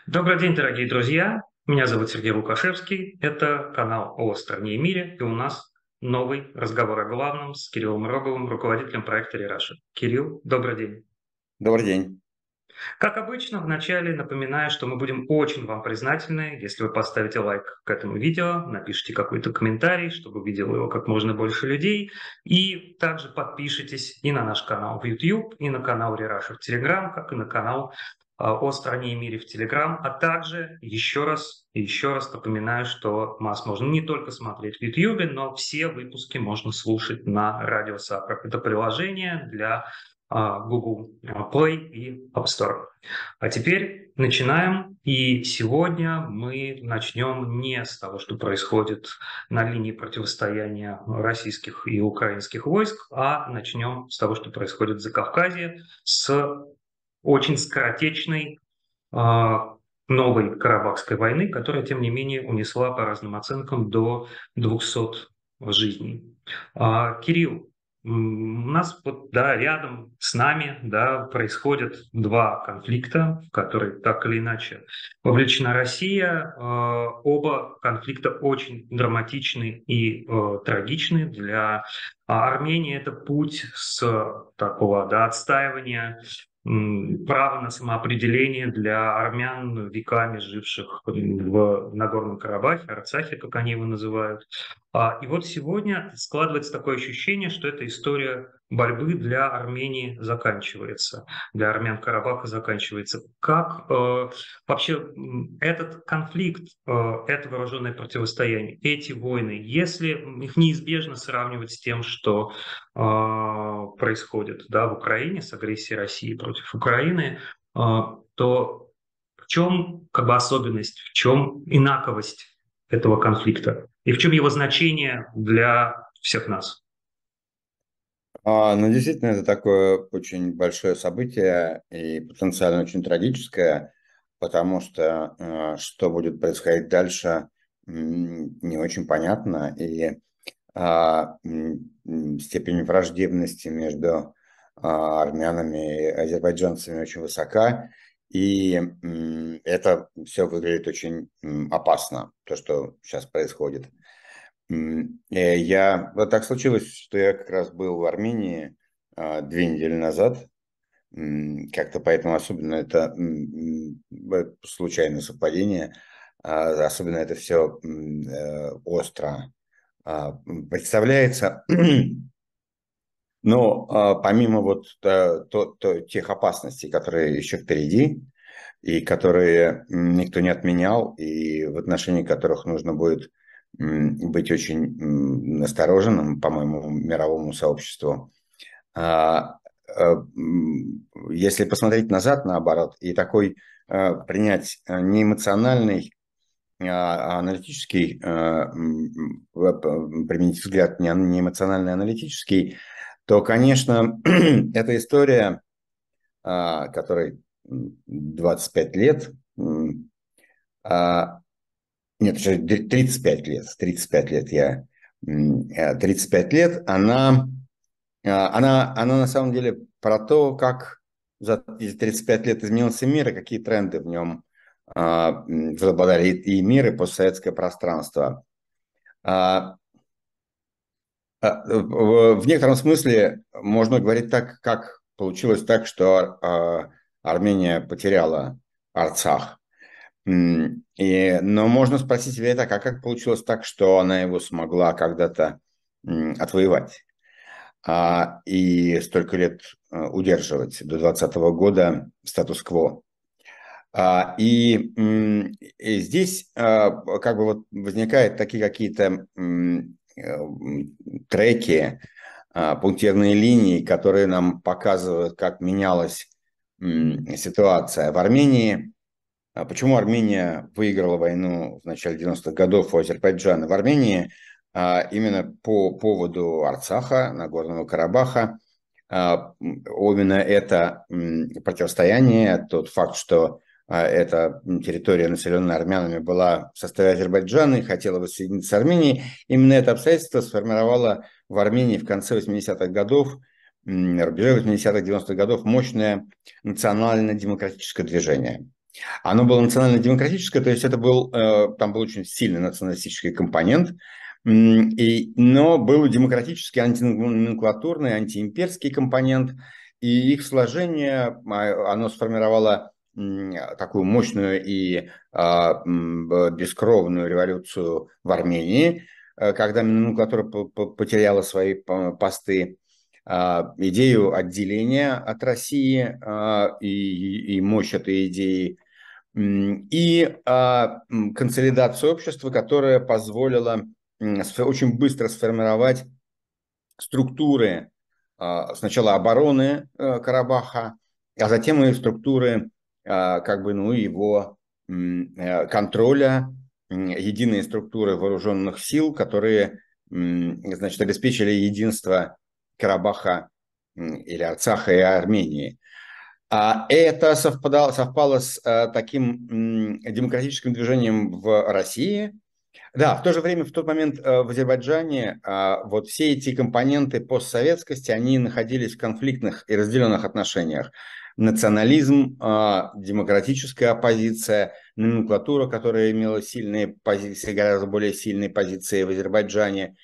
Добрый день, дорогие друзья! Меня зовут Сергей Лукашевский. Это канал о стране и мире. И у нас новый разговор о главном с Кириллом Роговым, руководителем проекта «Рераша». Кирилл, добрый день! Добрый день. Как обычно, вначале напоминаю, что мы будем очень вам признательны, если вы поставите лайк к этому видео, напишите какой-то комментарий, чтобы увидел его как можно больше людей, и также подпишитесь и на наш канал в YouTube, и на канал Рераша в Telegram, как и на канал о стране и мире в Telegram, а также еще раз напоминаю, что нас можно не только смотреть в YouTube, но все выпуски можно слушать на Радио Сахаров. Это приложение для Google Play и App Store. А теперь начинаем. И сегодня мы начнем не с того, что происходит на линии противостояния российских и украинских войск, а начнем с того, что происходит в Закавказье, с очень скоротечной новой Карабахской войны, которая, тем не менее, унесла по разным оценкам до 200 жизней. Кирилл, у нас вот, да, рядом с нами, да, происходят два конфликта, в которые так или иначе вовлечена Россия. Оба конфликта очень драматичны и трагичны для Армении. Это путь с такого, да, отстаивания право на самоопределение для армян, веками живших в Нагорном Карабахе, Арцахе, как они его называют. И вот сегодня складывается такое ощущение, что эта история борьбы для Армении заканчивается, для армян Карабаха заканчивается. Как вообще этот конфликт, это вооруженное противостояние, эти войны, если их неизбежно сравнивать с тем, что происходит, да, в Украине с агрессией России против Украины, то в чем как бы особенность, в чем инаковость этого конфликта и в чем его значение для всех нас? Ну, действительно, это такое очень большое событие и потенциально очень трагическое, потому что что будет происходить дальше, не очень понятно. И степень враждебности между армянами и азербайджанцами очень высока. И это все выглядит очень опасно, то, что сейчас происходит. Вот так случилось, что я как раз был в Армении 2 недели назад. Как-то поэтому особенно это случайное совпадение. Особенно это все остро представляется. Но помимо вот тех опасностей, которые еще впереди, и которые никто не отменял, и в отношении которых нужно будет быть очень настороженным, по-моему, мировому сообществу. Если посмотреть назад, наоборот, и такой принять не эмоциональный, а аналитический, применить взгляд не эмоциональный, а аналитический, то, конечно, эта история, которой 25 лет, нет, уже 35 лет, 35 лет 35 лет, она на самом деле про то, как за эти 35 лет изменился мир и какие тренды в нем возобладали и мир, и постсоветское пространство. В некотором смысле можно говорить так, как получилось так, что Армения потеряла Арцах. Но можно спросить себя так, а как получилось так, что она его смогла когда-то отвоевать и столько лет удерживать до 2020 года статус-кво. И здесь как бы вот возникают такие какие-то треки, пунктирные линии, которые нам показывают, как менялась ситуация в Армении. Почему Армения выиграла войну в начале 90-х годов у Азербайджана? В Армении именно по поводу Арцаха, Нагорного Карабаха, именно это противостояние, тот факт, что эта территория, населенная армянами, была в составе Азербайджана и хотела воссоединиться с Арменией, именно это обстоятельство сформировало в Армении в конце 80-х годов, на рубеже 80-х, 90-х годов мощное национально-демократическое движение. Оно было национально-демократическое, то есть это был, там был очень сильный националистический компонент, но был демократический, антиноменклатурный, антиимперский компонент, и их сложение, оно сформировало такую мощную и бескровную революцию в Армении, когда номенклатура потеряла свои посты, идею отделения от России и мощь этой идеи и консолидацию общества, которая позволила очень быстро сформировать структуры сначала обороны Карабаха, а затем и структуры как бы, ну, его контроля, единые структуры вооруженных сил, которые, значит, обеспечили единство Карабаха или Арцаха и Армении. Это совпало с таким демократическим движением в России. Да, в то же время, в тот момент в Азербайджане вот все эти компоненты постсоветскости, они находились в конфликтных и разделенных отношениях. Национализм, демократическая оппозиция, номенклатура, которая имела сильные позиции, гораздо более сильные позиции в Азербайджане.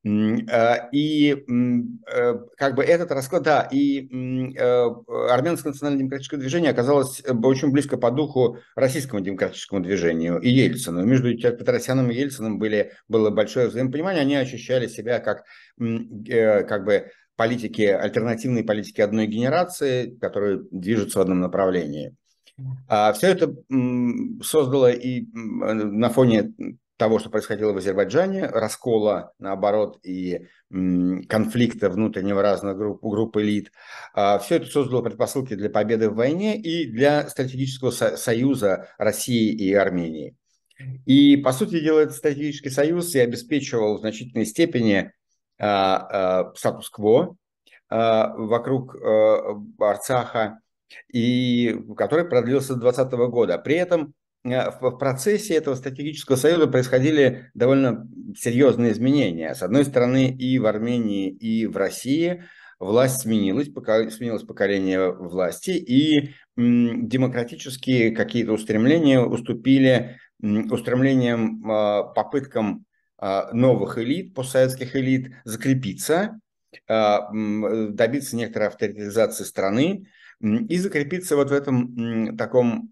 И как бы этот расклад, да, и армянское национально-демократическое движение оказалось очень близко по духу российскому демократическому движению и Ельцину. Между Петросяном и Ельциным было большое взаимопонимание, они ощущали себя как бы политики, альтернативные политики одной генерации, которые движутся в одном направлении. Все это создало и на фоне того, что происходило в Азербайджане, раскола, наоборот, и конфликта внутреннего разных групп элит, все это создало предпосылки для победы в войне и для стратегического союза России и Армении. И, по сути дела, этот стратегический союз и обеспечивал в значительной степени статус-кво вокруг Арцаха, и который продлился до 2020 года. При этом в процессе этого стратегического союза происходили довольно серьезные изменения. С одной стороны, и в Армении, и в России власть сменилась поколение власти, и демократические какие-то устремления уступили устремлениям, попыткам новых элит, постсоветских элит закрепиться, добиться некоторой авторитаризации страны и закрепиться вот в этом таком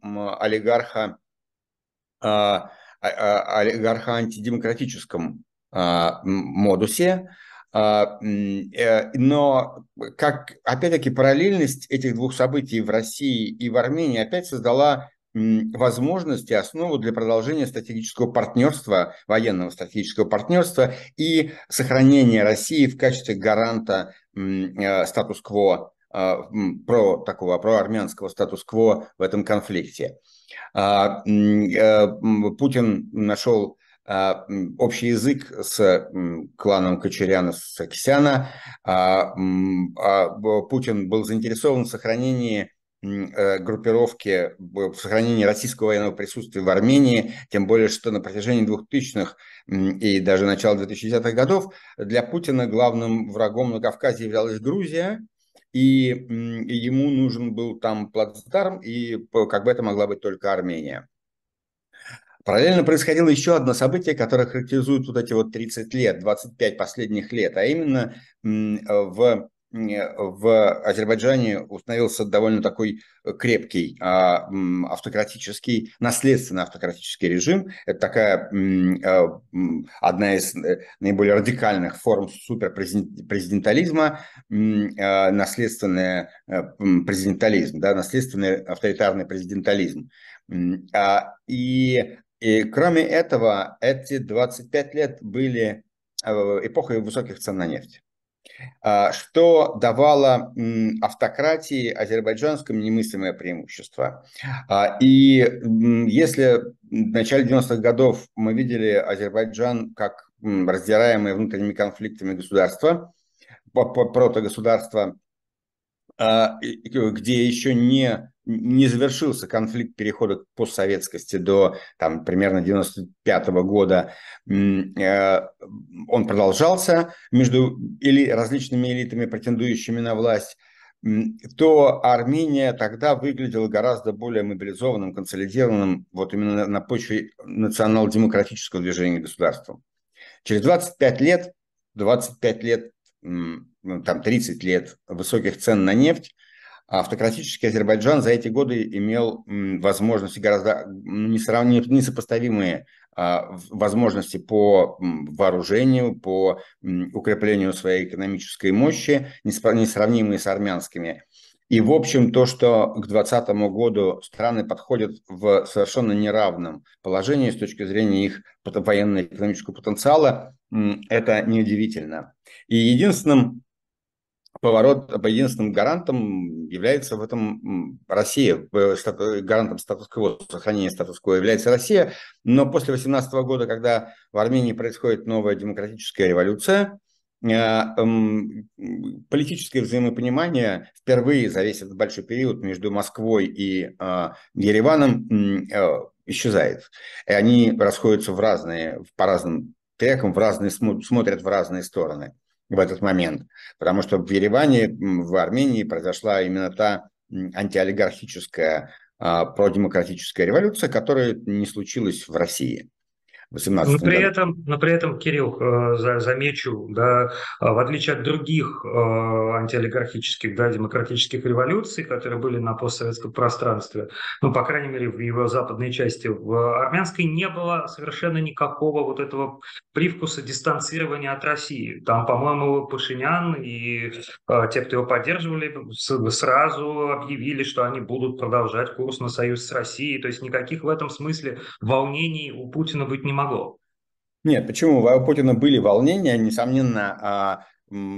олигархо-антидемократическом модусе. Но, как, опять-таки, параллельность этих двух событий в России и в Армении опять создала возможности, основу для продолжения стратегического партнерства, военного стратегического партнерства и сохранения России в качестве гаранта статус-кво, проармянского статус-кво в этом конфликте. Путин нашел общий язык с кланом Кочаряна-Саркисяна. Путин был заинтересован в сохранении группировки, в сохранении российского военного присутствия в Армении, тем более, что на протяжении 2000-х и даже начала 2010-х годов для Путина главным врагом на Кавказе являлась Грузия, и ему нужен был там плацдарм, и как бы это могла быть только Армения. Параллельно происходило еще одно событие, которое характеризует вот эти вот 30 лет, 25 последних лет, а именно в Азербайджане установился довольно такой крепкий автократический, наследственно автократический режим. Это такая одна из наиболее радикальных форм суперпрезидентализма, наследственный президентализм, да, наследственный авторитарный президентализм. И кроме этого, эти 25 лет были эпохой высоких цен на нефть, что давало автократии азербайджанскому немыслимое преимущество. И если в начале 90-х годов мы видели Азербайджан как раздираемое внутренними конфликтами государство, протогосударство, где еще не завершился конфликт перехода к постсоветскости до там, примерно 1995 года, он продолжался между различными элитами, претендующими на власть. то Армения тогда выглядела гораздо более мобилизованным, консолидированным вот именно на почве национал-демократического движения государства. Через 25 лет, там 30 лет высоких цен на нефть, автократический Азербайджан за эти годы имел возможности гораздо несопоставимые возможности по вооружению, по укреплению своей экономической мощи, несравнимые с армянскими. И, в общем, то, что к 2020 году страны подходят в совершенно неравном положении с точки зрения их военно-экономического потенциала, это неудивительно. И единственным гарантом является в этом Россия, гарантом статус-кво, сохранения статус-кво является Россия. Но после 2018 года, когда в Армении происходит новая демократическая революция, политическое взаимопонимание впервые за весь этот большой период между Москвой и Ереваном исчезает. И они расходятся по разным трекам, смотрят в разные стороны в этот момент. Потому что в Ереване, в Армении произошла именно та антиолигархическая, продемократическая революция, которая не случилась в России в 2018 году. Но при этом, Кирилл, замечу, да, в отличие от других антиолигархических, да, демократических революций, которые были на постсоветском пространстве, ну, по крайней мере, в его западной части, в армянской не было совершенно никакого вот этого привкуса дистанцирования от России. Там, по-моему, Пашинян и те, кто его поддерживали, сразу объявили, что они будут продолжать курс на союз с Россией. То есть никаких в этом смысле волнений у Путина быть не могло. Нет, почему? У Путина были волнения, несомненно,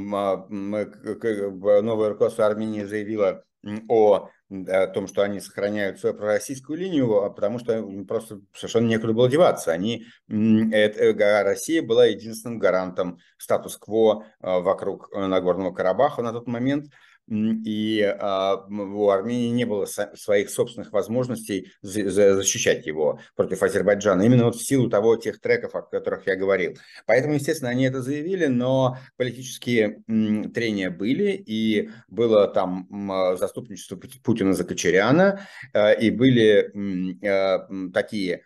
новое руководство Армении заявило о том, что они сохраняют свою пророссийскую линию, потому что им просто совершенно некуда было деваться. Россия была единственным гарантом статус-кво вокруг Нагорного Карабаха на тот момент. И у Армении не было своих собственных возможностей защищать его против Азербайджана. Именно вот в силу тех треков, о которых я говорил. Поэтому, естественно, они это заявили, но политические трения были, и было там заступничество Путина за Кочаряна, и были такие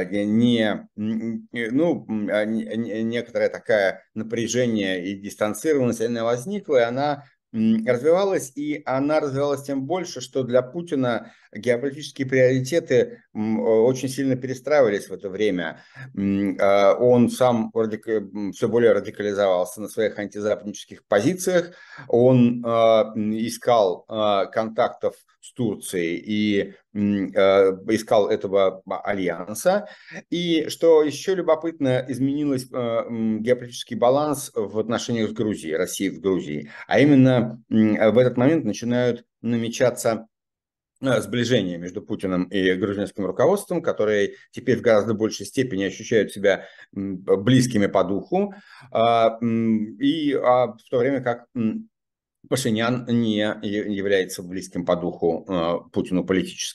некоторое такое напряжение и дистанцированность, она возникла, и она развивалась тем больше, что для Путина геополитические приоритеты очень сильно перестраивались в это время. Он сам все более радикализовался на своих антизападнических позициях, он искал контактов с Турцией и искал этого альянса. И что еще любопытно, изменилось геополитический баланс в отношениях с Грузией, России в Грузии. А именно в этот момент начинают намечаться сближение между Путиным и грузинским руководством, которые теперь в гораздо большей степени ощущают себя близкими по духу, в то время как Пашинян не является близким по духу Путину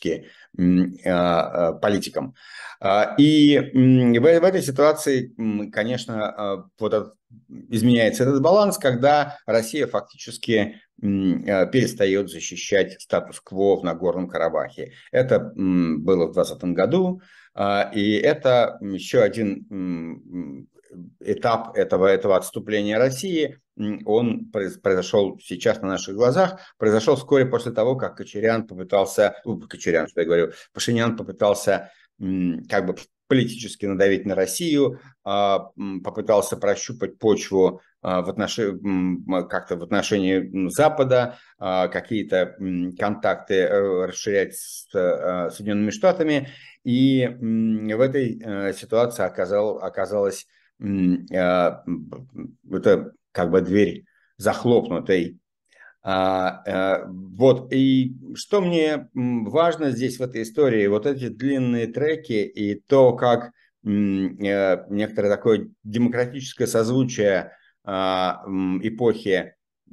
политиком. И в этой ситуации, конечно, изменяется этот баланс, когда Россия фактически перестает защищать статус-кво в Нагорном Карабахе. Это было в 2020 году, и это еще один этап этого отступления России. Он произошел сейчас на наших глазах, произошел вскоре после того, как Пашинян попытался политически надавить на Россию, попытался прощупать почву в отношении Запада, какие-то контакты расширять с Соединенными Штатами. И в этой ситуации оказалась это дверь захлопнутой. И что мне важно здесь в этой истории, вот эти длинные треки и то, как некоторое такое демократическое созвучие эпохи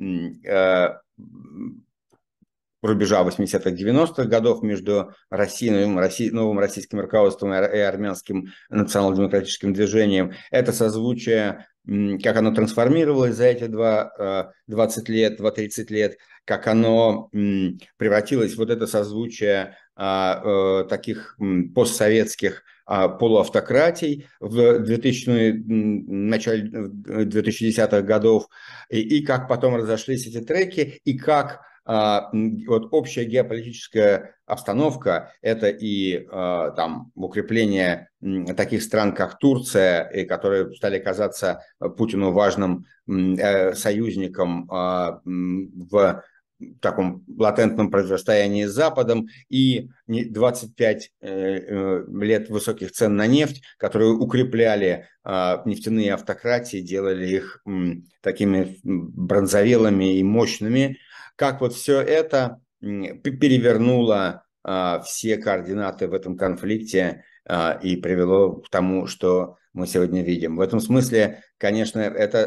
рубежа 80-х, 90-х годов между новым российским руководством и армянским национал-демократическим движением. Это созвучие как оно трансформировалось за эти 20 лет, 30 лет, как оно превратилось в вот это созвучие таких постсоветских полуавтократий в 2000 начале 2010-х годов, и как потом разошлись эти треки, и как вот общая геополитическая обстановка, это и там укрепление таких стран, как Турция, и которые стали казаться Путину важным союзником в таком латентном противостоянии с Западом, и 25 лет высоких цен на нефть, которые укрепляли нефтяные автократии, делали их такими бронзовелыми и мощными, как вот все это перевернуло все координаты в этом конфликте и привело к тому, что мы сегодня видим. В этом смысле, конечно,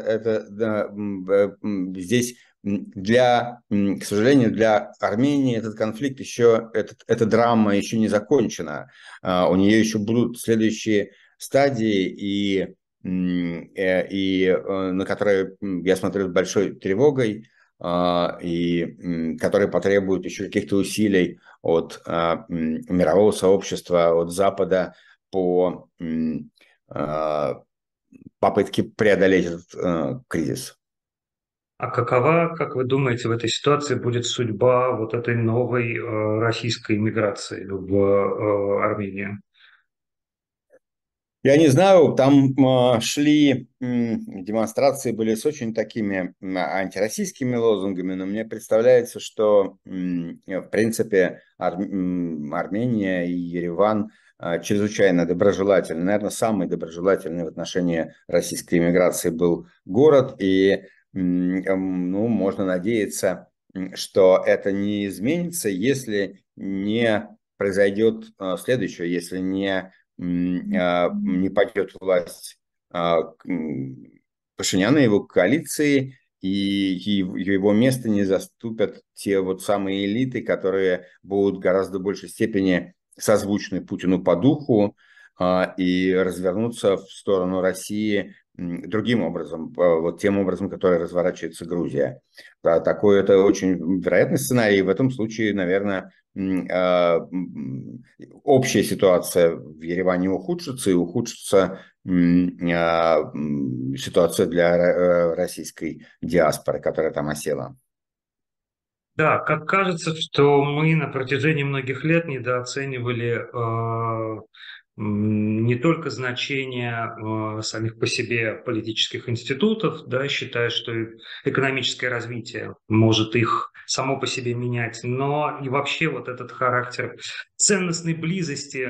здесь к сожалению, для Армении этот конфликт еще, эта драма еще не закончена. У нее еще будут следующие стадии, на которые я смотрю с большой тревогой, и которые потребуют еще каких-то усилий от мирового сообщества, от Запада по попытке преодолеть этот кризис. А какова, как вы думаете, в этой ситуации будет судьба вот этой новой российской иммиграции в Армению? Я не знаю, там шли демонстрации, были с очень такими антироссийскими лозунгами, но мне представляется, что, в принципе, Армения и Ереван чрезвычайно доброжелательны. Наверное, самый доброжелательный в отношении российской иммиграции был город, и ну, можно надеяться, что это не изменится, если не произойдет следующее, если не пойдет власть Пашиняна и его коалиции, и его место не заступят те вот самые элиты, которые будут в гораздо большей степени созвучны Путину по духу и развернуться в сторону России другим образом, вот тем образом, который разворачивается Грузия. Такой это очень вероятный сценарий. В этом случае, наверное, общая ситуация в Ереване ухудшится, и ухудшится ситуация для российской диаспоры, которая там осела. Да, как кажется, что мы на протяжении многих лет недооценивали не только значение самих по себе политических институтов, да, считая, что экономическое развитие может их само по себе менять, но и вообще вот этот характер ценностной близости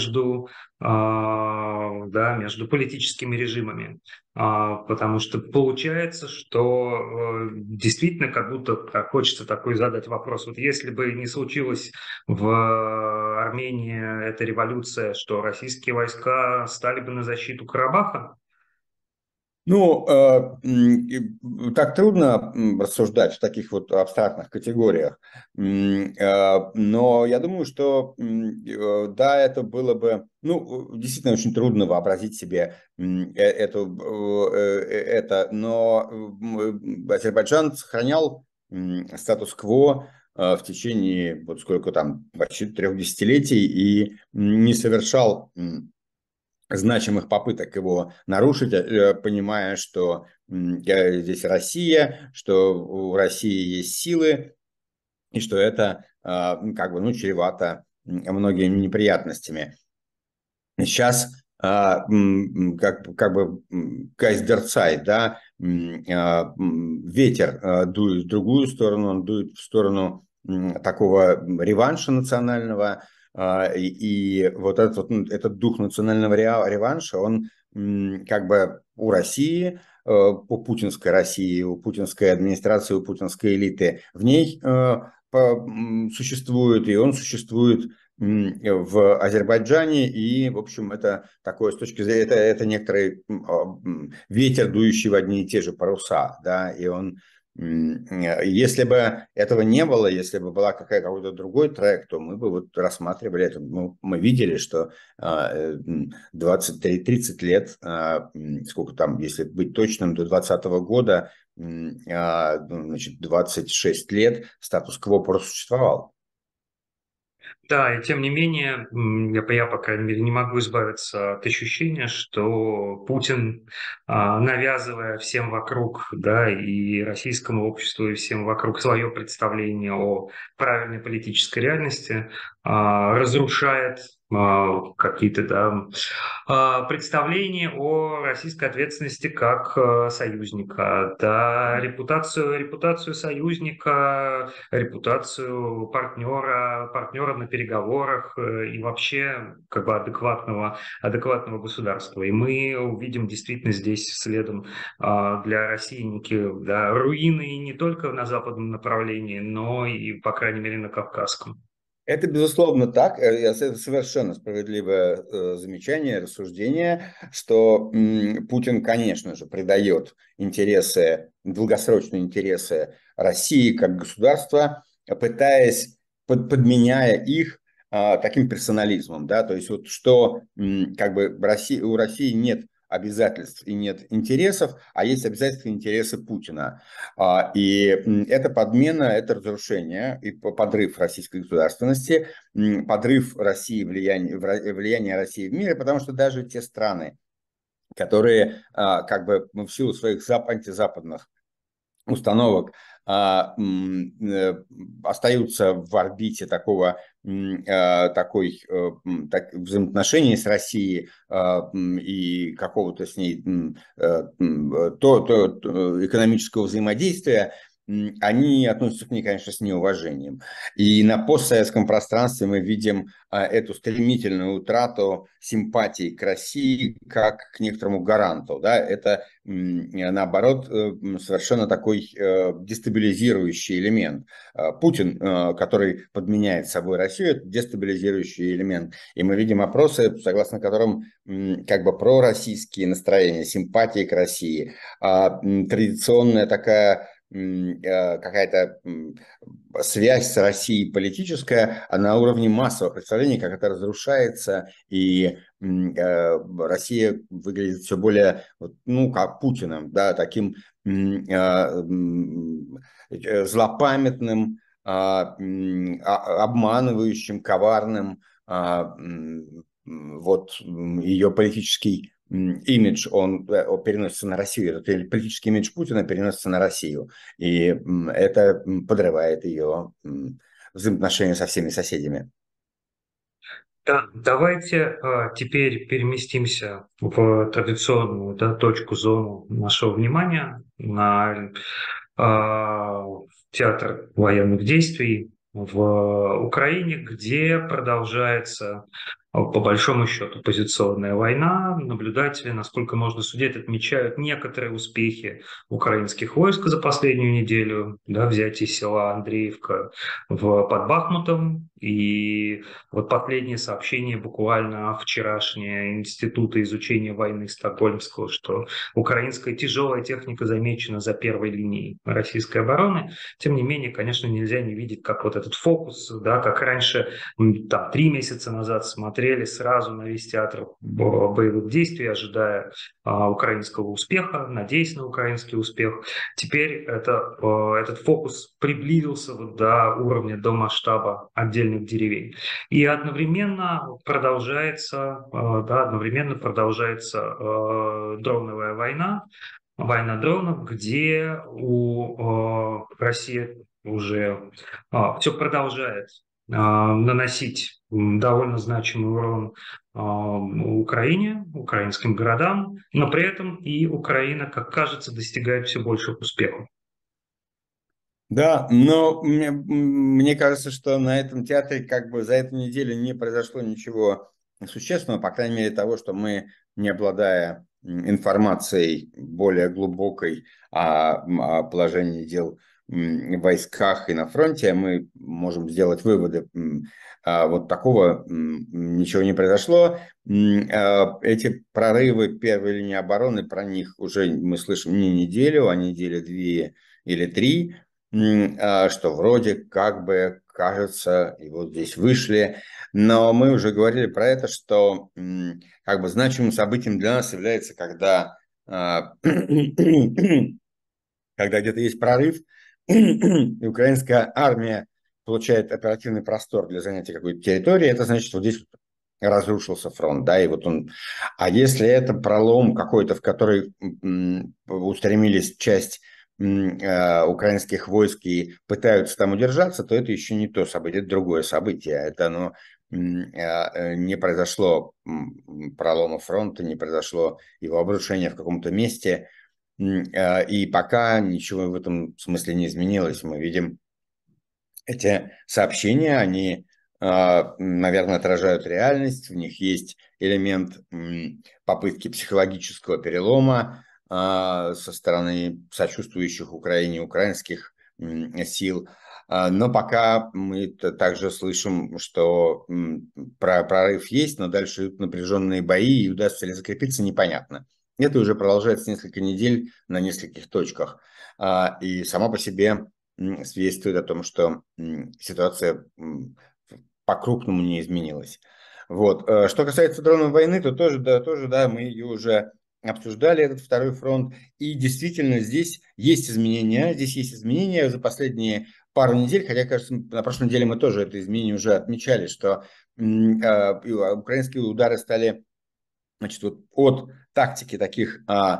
между политическими режимами. Потому что получается, что действительно как будто хочется такой задать вопрос. Вот если бы не случилось в Армении эта революция, что российские войска стали бы на защиту Карабаха? Ну, так трудно рассуждать в таких вот абстрактных категориях, но я думаю, что да, это было бы, ну, действительно очень трудно вообразить себе это, но Азербайджан сохранял статус-кво в течение, вот сколько там, почти 3 десятилетий и не совершал значимых попыток его нарушить, понимая, что здесь Россия, что у России есть силы, и что это как бы, ну, чревато многими неприятностями. Сейчас как бы гайсдерцайт, да, ветер дует в другую сторону, он дует в сторону такого реванша национального, и вот этот дух национального реванша, он как бы у России, по путинской России, у путинской администрации, у путинской элиты, в ней существует, и он существует в Азербайджане, и, в общем, это такое с точки зрения, это некоторый ветер, дующий в одни и те же паруса, да, и он Если бы этого не было, если бы была какой-то другой трек, то мы бы вот рассматривали это. Ну, мы видели, что 23-30 лет, сколько там, если быть точным, до 2020 года, значит, 26 лет статус-кво просуществовал. Да, и тем не менее, я, по крайней мере, не могу избавиться от ощущения, что Путин, навязывая всем вокруг, да, и российскому обществу, и всем вокруг свое представление о правильной политической реальности, разрушает какие-то, да, представление о российской ответственности как союзника, да, репутацию союзника, репутацию партнера на переговорах и вообще как бы адекватного государства. И мы увидим действительно здесь следом для России некие, да, руины не только на западном направлении, но и, по крайней мере, на Кавказском. Это, безусловно, так. Это совершенно справедливое замечание, рассуждение, что Путин, конечно же, придает интересы, долгосрочные интересы России как государства, пытаясь, подменяя их таким персонализмом. Да? То есть вот что как бы у России нет обязательств и нет интересов, а есть обязательства и интересы Путина. И это подмена, это разрушение и подрыв российской государственности, подрыв России, влияния России в мире, потому что даже те страны, которые как бы в силу своих антизападных установок остаются в орбите такой взаимоотношений с Россией и какого-то с ней экономического взаимодействия, они относятся к ней, конечно, с неуважением. И на постсоветском пространстве мы видим эту стремительную утрату симпатии к России как к некоторому гаранту. Да? Это, наоборот, совершенно такой дестабилизирующий элемент. Путин, который подменяет собой Россию, это дестабилизирующий элемент. И мы видим опросы, согласно которым как бы пророссийские настроения, симпатии к России, традиционная такая какая-то связь с Россией политическая, а на уровне массового представления, как это разрушается, и Россия выглядит все более, ну, как Путиным, да, таким злопамятным, обманывающим, коварным. Вот ее политический имидж, он переносится на Россию, этот политический имидж Путина переносится на Россию, и это подрывает ее взаимоотношения со всеми соседями. Да, давайте теперь переместимся в традиционную, да, точку, зону нашего внимания, на театр военных действий в Украине, где продолжается, по большому счету, позиционная война. Наблюдатели, насколько можно судить, отмечают некоторые успехи украинских войск за последнюю неделю, да, взятие села Андреевка под Бахмутом. И вот последнее сообщение буквально вчерашнее Института изучения войны Стокгольмского, что украинская тяжелая техника замечена за первой линией российской обороны. Тем не менее, конечно, нельзя не видеть, как вот этот фокус, да, как раньше, там, 3 месяца назад смотрели сразу на весь театр боевых действий, ожидая украинского успеха, надеясь на украинский успех. Теперь этот фокус приблизился вот до уровня, до масштаба отдельных деревень. И одновременно продолжается дроновая война дронов, где у России уже все продолжает наносить довольно значимый урон Украине, украинским городам, но при этом и Украина, как кажется, достигает все больших успехов. Да, но мне кажется, что на этом театре как бы за эту неделю не произошло ничего существенного, по крайней мере того, что мы, не обладая информацией более глубокой о положении дел в войсках и на фронте, мы можем сделать выводы. Вот такого ничего не произошло. Эти прорывы первой линии обороны, про них уже мы слышим не неделю, а недели две или 3, что вроде как бы кажется, и вот здесь вышли. Но мы уже говорили про это, что как бы значимым событием для нас является, когда, когда где-то есть прорыв, и украинская армия получает оперативный простор для занятия какой-то территории, это значит, что здесь разрушился фронт, да, и вот он. А если это пролом какой-то, в который устремились часть украинских войск и пытаются там удержаться, то это еще не то событие, это другое событие. Это оно не произошло пролома фронта, не произошло его обрушения в каком-то месте, и пока ничего в этом смысле не изменилось. Мы видим эти сообщения, они, наверное, отражают реальность, в них есть элемент попытки психологического перелома со стороны сочувствующих Украине украинских сил. Но пока мы также слышим, что прорыв есть, но дальше идут напряженные бои, и удастся ли закрепиться, непонятно. Это уже продолжается несколько недель на нескольких точках. И сама по себе свидетельствует о том, что ситуация по-крупному не изменилась. Вот. Что касается дроновой войны, то тоже, да, мы ее уже обсуждали, этот второй фронт. И действительно, здесь есть изменения за последние пару недель, хотя, кажется, на прошлой неделе мы тоже это изменение уже отмечали, что украинские удары стали, значит, вот от тактики таких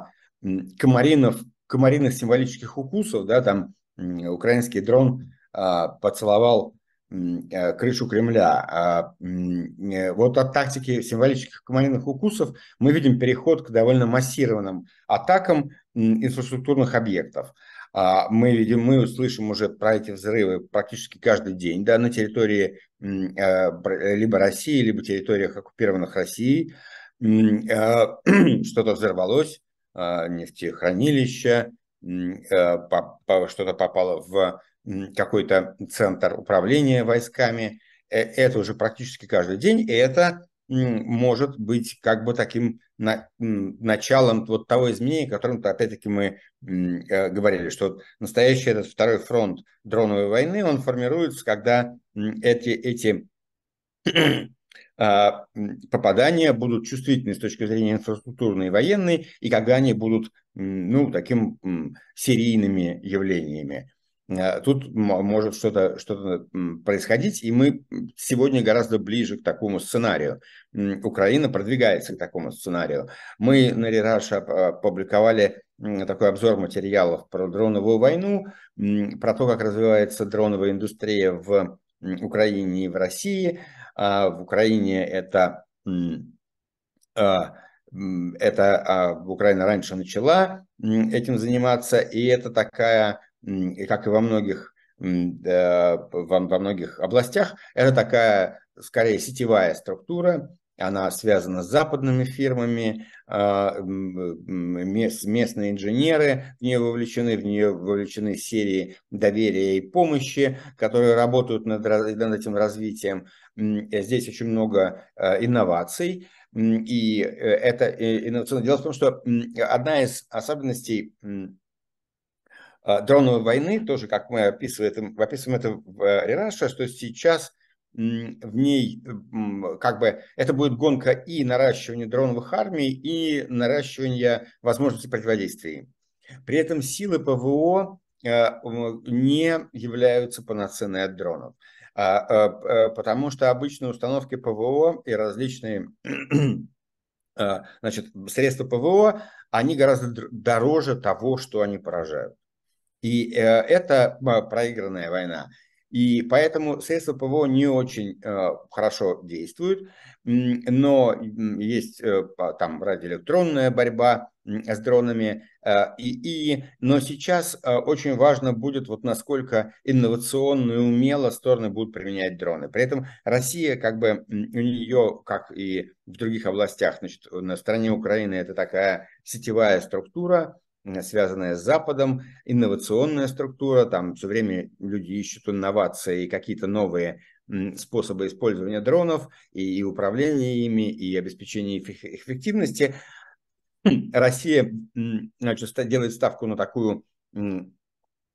комариных символических укусов, да, там украинский дрон поцеловал крышу Кремля. Вот от тактики символических комариных укусов мы видим переход к довольно массированным атакам инфраструктурных объектов. Мы слышим уже про эти взрывы практически каждый день, да, на территории либо России, либо территориях, оккупированных Россией. Что-то взорвалось, нефтехранилище, что-то попало в какой-то центр управления войсками. Это уже практически каждый день, и это может быть как бы таким началом вот того изменения, о котором опять-таки мы говорили, что настоящий этот второй фронт дроновой войны, он формируется, когда эти попадания будут чувствительны с точки зрения инфраструктурной и военной, и когда они будут таким серийными явлениями. Тут может что-то происходить, и мы сегодня гораздо ближе к такому сценарию. Украина продвигается к такому сценарию. Мы на Рераш опубликовали такой обзор материалов про дроновую войну, про то, как развивается дроновая индустрия в Украине и в России. В Украине Украина раньше начала этим заниматься, и это такая, как и во многих областях, это такая, скорее, сетевая структура. Она связана с западными фирмами, местные инженеры в нее вовлечены серии доверия и помощи, которые работают над этим развитием. Здесь очень много инноваций, и это инновационное. Дело в том, что одна из особенностей дроновой войны, тоже как мы описываем это в Рераше, что сейчас в ней как бы это будет гонка и наращивания дроновых армий, и наращивания возможностей противодействия им. При этом силы ПВО не являются панацеей от дронов, потому что обычные установки ПВО и различные средства ПВО, они гораздо дороже того, что они поражают. И это проигранная война. И поэтому средства ПВО не очень хорошо действуют, но есть там радиоэлектронная борьба с дронами. Но сейчас очень важно будет, вот насколько инновационно и умело стороны будут применять дроны. При этом Россия, как бы у нее, как и в других областях, значит, на стороне Украины это такая сетевая структура, связанная с Западом, инновационная структура, там все время люди ищут инновации и какие-то новые способы использования дронов и управления ими, и обеспечения их эффективности. Россия, значит, делает ставку на такую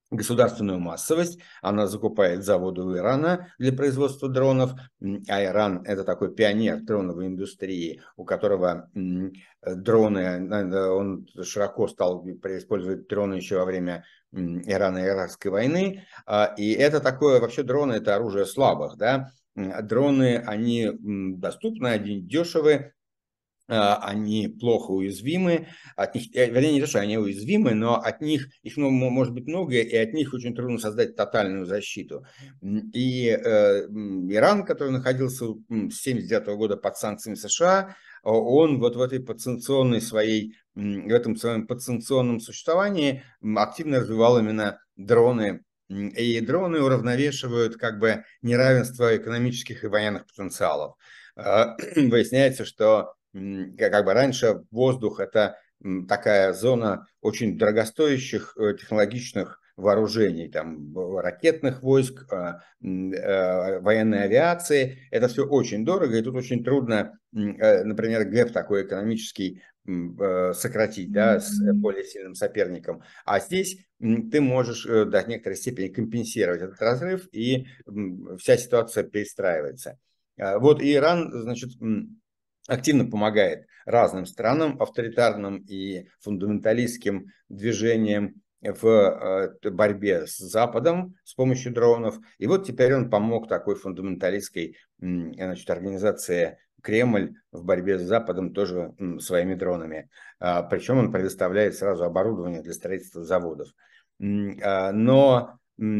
государственную массовость. Она закупает заводы у Ирана для производства дронов, а Иран – это такой пионер дроновой индустрии, у которого дроны, он широко стал использовать дроны еще во время Ирано-Иракской войны. И это такое, вообще дроны – это оружие слабых, да. Дроны, они доступны, они дешевые, они плохо уязвимы, от них, вернее, не то, что они уязвимы, но от них, их может быть много, и от них очень трудно создать тотальную защиту. И Иран, который находился с 1979 года под санкциями США, он вот в этой подсанкционной своей, в этом своем подсанкционном существовании активно развивал именно дроны. И дроны уравновешивают как бы неравенство экономических и военных потенциалов. Выясняется, что как бы раньше воздух – это такая зона очень дорогостоящих технологичных вооружений, там, ракетных войск, военной авиации. Это все очень дорого, и тут очень трудно, например, гэп такой экономический сократить, да, с более сильным соперником. А здесь ты можешь до некоторой степени компенсировать этот разрыв, и вся ситуация перестраивается. Вот и Иран, значит, активно помогает разным странам, авторитарным и фундаменталистским движениям в борьбе с Западом с помощью дронов. И вот теперь он помог такой фундаменталистской, значит, организации Кремль в борьбе с Западом тоже своими дронами. Причем он предоставляет сразу оборудование для строительства заводов. Но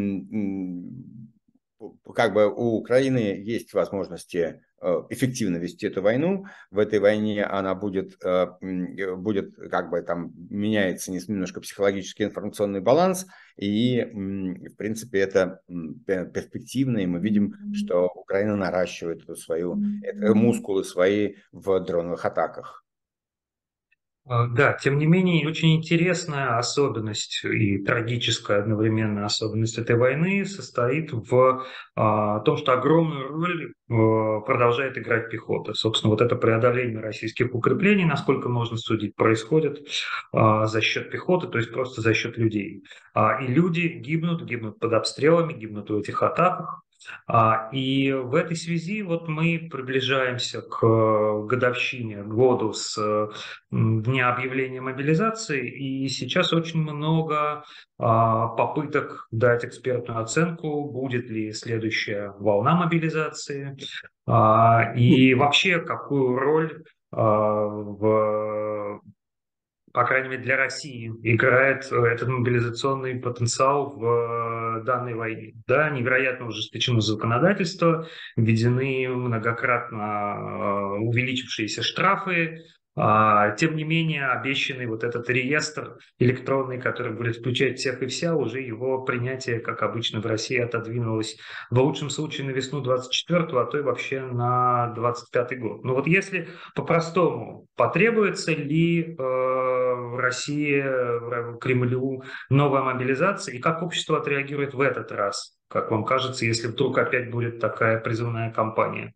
как бы у Украины есть возможности эффективно вести эту войну. В этой войне она будет как бы там меняется немножко психологический информационный баланс, и в принципе это перспективно, и мы видим, что Украина наращивает мускулы свои в дроновых атаках. Да, тем не менее, очень интересная особенность и трагическая одновременно особенность этой войны состоит в том, что огромную роль продолжает играть пехота. Собственно, вот это преодоление российских укреплений, насколько можно судить, происходит за счет пехоты, то есть просто за счет людей. И люди гибнут под обстрелами, гибнут в этих атаках. И в этой связи вот мы приближаемся к годовщине, году с дня объявления мобилизации, и сейчас очень много попыток дать экспертную оценку, будет ли следующая волна мобилизации, и вообще какую роль по крайней мере, для России играет этот мобилизационный потенциал в данной войне. Да, невероятно ужесточено законодательство, введены многократно увеличившиеся штрафы, тем не менее, обещанный вот этот реестр электронный, который будет включать всех и вся, уже его принятие, как обычно в России, отодвинулось в лучшем случае на весну 24-го, а то и вообще на 25-й год. Но вот если по-простому, потребуется ли в России, в Кремлю новая мобилизация, и как общество отреагирует в этот раз, как вам кажется, если вдруг опять будет такая призывная кампания?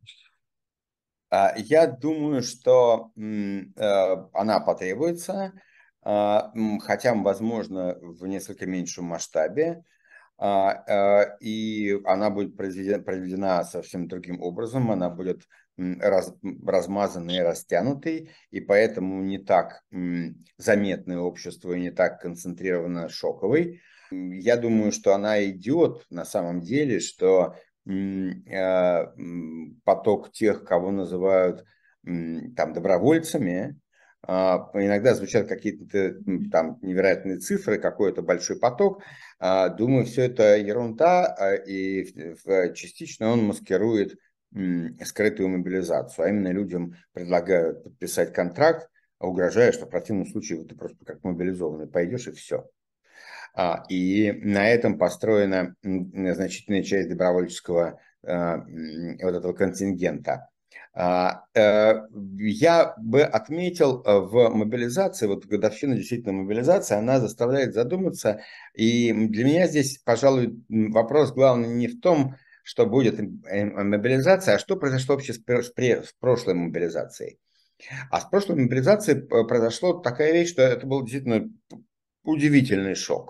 Я думаю, что она потребуется, хотя, возможно, в несколько меньшем масштабе, и она будет проведена совсем другим образом, она будет размазанной и растянутой, и поэтому не так заметной обществу и не так концентрированно шоковой. Я думаю, что она идет на самом деле, что поток тех, кого называют там добровольцами, иногда звучат какие-то там невероятные цифры, какой-то большой поток. Думаю, все это ерунда, и частично он маскирует скрытую мобилизацию. А именно людям предлагают подписать контракт, угрожая, что в противном случае ты просто как мобилизованный пойдешь и все. И на этом построена значительная часть добровольческого вот этого контингента. Я бы отметил в мобилизации, вот годовщина действительно мобилизации, она заставляет задуматься. И для меня здесь, пожалуй, вопрос главный не в том, что будет мобилизация, а что произошло вообще с прошлой мобилизацией. А с прошлой мобилизацией произошла такая вещь, что это был действительно удивительный шок.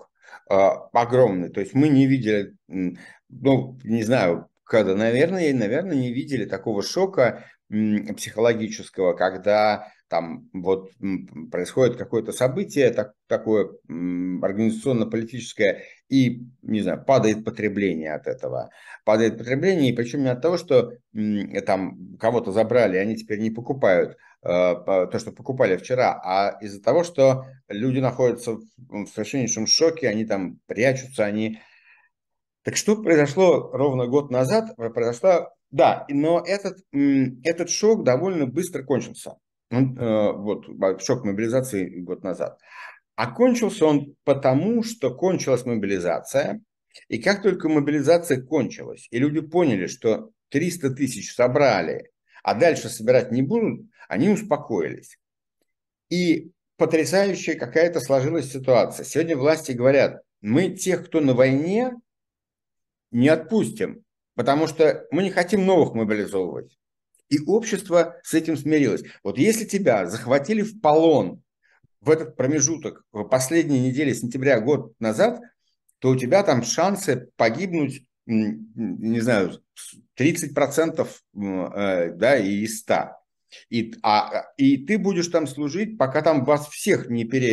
огромный. То есть мы не видели, ну, не знаю, когда, наверное, не видели такого шока психологического, когда там вот происходит какое-то событие такое организационно-политическое, и, не знаю, падает потребление от этого. Падает потребление, и причем не от того, что там кого-то забрали, и они теперь не покупают то, что покупали вчера, а из-за того, что люди находятся в совершеннейшем шоке, они там прячутся, они... Так что произошло ровно год назад? Да, но этот шок довольно быстро кончился. Вот шок мобилизации год назад. А кончился он потому, что кончилась мобилизация. И как только мобилизация кончилась, и люди поняли, что 300 тысяч собрали, а дальше собирать не будут, они успокоились. И потрясающая какая-то сложилась ситуация. Сегодня власти говорят, мы тех, кто на войне, не отпустим, потому что мы не хотим новых мобилизовывать. И общество с этим смирилось. Вот если тебя захватили в полон в этот промежуток, в последние недели сентября год назад, то у тебя там шансы погибнуть, не знаю, 30%, да, и из 100. И ты будешь там служить, пока там вас всех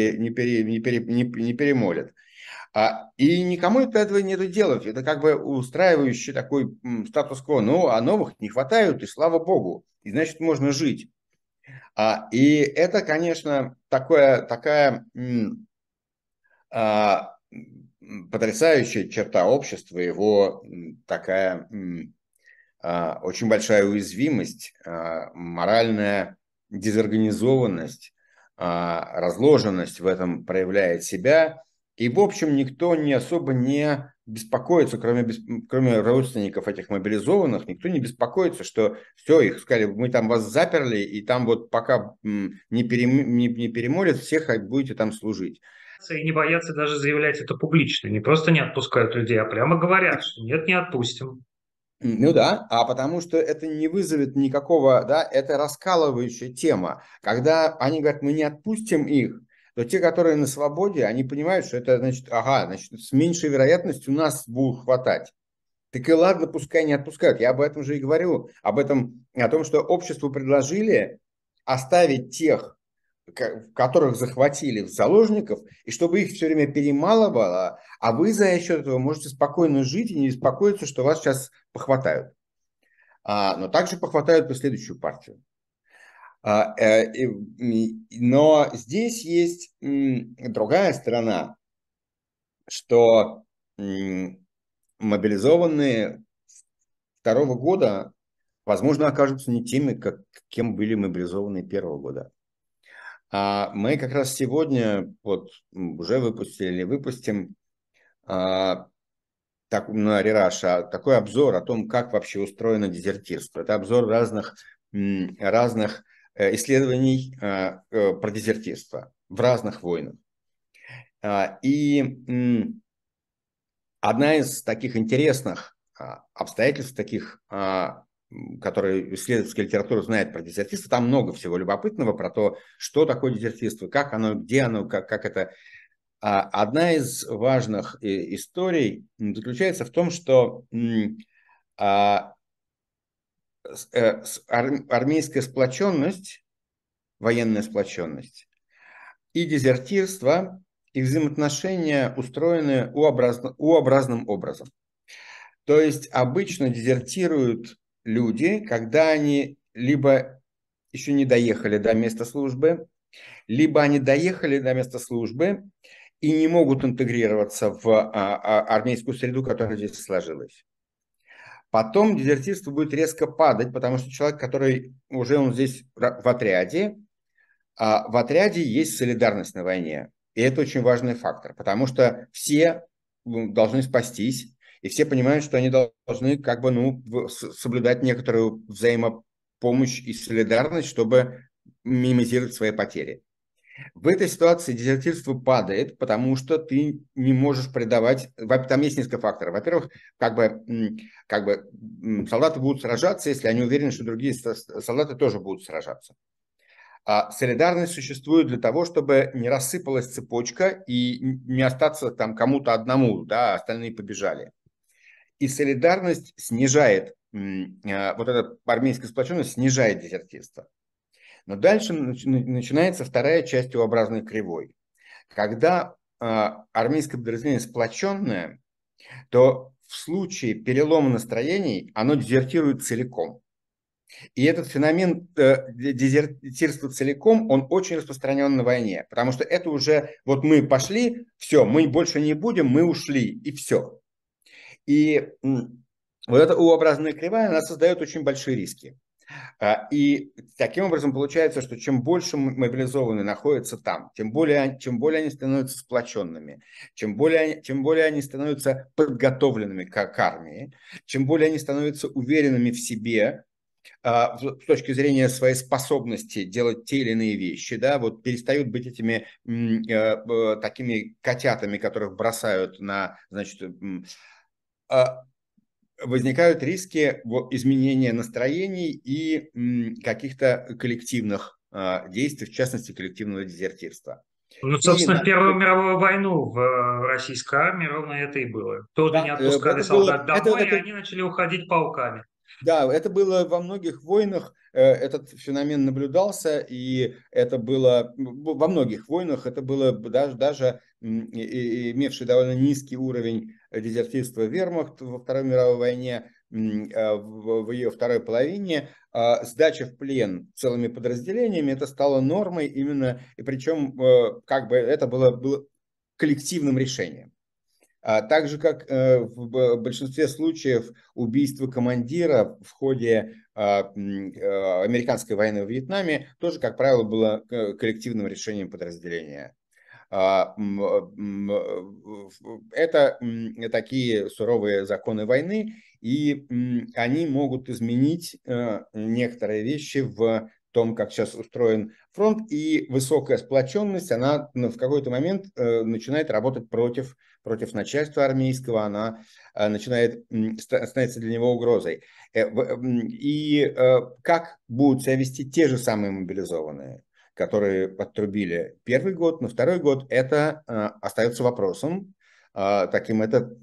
не перемолят. И никому это этого нету делать. Это как бы устраивающий такой статус-кво. Ну, а новых не хватает, и слава богу. И значит, можно жить. И это, конечно, такая потрясающая черта общества, его такая очень большая уязвимость, моральная дезорганизованность, разложенность в этом проявляет себя. И, в общем, никто не особо не беспокоится, кроме родственников этих мобилизованных, никто не беспокоится, что все, их сказали, мы там вас заперли, и там вот пока не перемолят, всех будете там служить. И не боятся даже заявлять это публично. Не просто не отпускают людей, а прямо говорят, что нет, не отпустим. Ну да, а потому что это не вызовет никакого, да, это раскалывающая тема. Когда они говорят, мы не отпустим их, то те, которые на свободе, они понимают, что это значит, ага, значит, с меньшей вероятностью нас будут хватать. Так и ладно, пускай не отпускают. Я об этом же и говорю, о том, что обществу предложили оставить тех, которых захватили в заложников, и чтобы их все время перемалывало, а вы за счет этого можете спокойно жить и не беспокоиться, что вас сейчас похватают. Но также похватают по следующую партию. Но здесь есть другая сторона, что мобилизованные второго года, возможно, окажутся не теми, кем были мобилизованные первого года. Мы как раз сегодня вот уже выпустили или выпустим на Рераша такой обзор о том, как вообще устроено дезертирство. Это обзор разных исследований про дезертирство в разных войнах. И одна из таких интересных обстоятельств, таких, которые исследовательская литература знает про дезертирство, там много всего любопытного про то, что такое дезертирство, как оно, где оно, как это. Одна из важных историй заключается в том, что армейская сплоченность, военная сплоченность и дезертирство, их взаимоотношения устроены U-образным образом. То есть обычно дезертируют люди, когда они либо еще не доехали до места службы, либо они доехали до места службы и не могут интегрироваться в армейскую среду, которая здесь сложилась. Потом дезертирство будет резко падать, потому что человек, который уже он здесь в отряде есть солидарность на войне. И это очень важный фактор, потому что все должны спастись, и все понимают, что они должны как бы, соблюдать некоторую взаимопомощь и солидарность, чтобы минимизировать свои потери. В этой ситуации дезертирство падает, потому что ты не можешь предавать... Там есть несколько факторов. Во-первых, как бы солдаты будут сражаться, если они уверены, что другие солдаты тоже будут сражаться. А солидарность существует для того, чтобы не рассыпалась цепочка и не остаться там кому-то одному, да, остальные побежали. И солидарность снижает, вот эта армейская сплоченность снижает дезертирство. Но дальше начинается вторая часть U-образной кривой. Когда армейское подразделение сплоченное, то в случае перелома настроений оно дезертирует целиком. И этот феномен дезертирства целиком, он очень распространен на войне, потому что это уже, вот мы пошли, все, мы больше не будем, мы ушли, и все. И вот эта U-образная кривая, она создает очень большие риски. И таким образом получается, что чем больше мобилизованные находятся там, чем более они становятся сплоченными, чем более они становятся подготовленными к армии, чем более они становятся уверенными в себе, с точки зрения своей способности делать те или иные вещи, да, вот перестают быть этими такими котятами, которых бросают на, значит, возникают риски изменения настроений и каких-то коллективных действий, в частности, коллективного дезертирства. Ну, И собственно, в Первую мировую войну в российской армии ровно это и было. Тоже не да, отпускали это было, солдат домой, и они начали уходить пауками. да, это было во многих войнах, этот феномен наблюдался, и это было во многих войнах, это было даже имевший довольно низкий уровень дезертирства вермахт во Второй мировой войне, в ее второй половине, сдача в плен целыми подразделениями, это стало нормой именно, и причем как бы это было коллективным решением. Так же, как в большинстве случаев убийство командира в ходе американской войны в Вьетнаме тоже, как правило, было коллективным решением подразделения. Это такие суровые законы войны, и они могут изменить некоторые вещи в том, как сейчас устроен фронт, и высокая сплоченность, она в какой-то момент начинает работать против начальства армейского, она начинает становиться для него угрозой. И как будут себя вести те же самые мобилизованные, которые отрубили первый год, но второй год, это остается вопросом. Таким это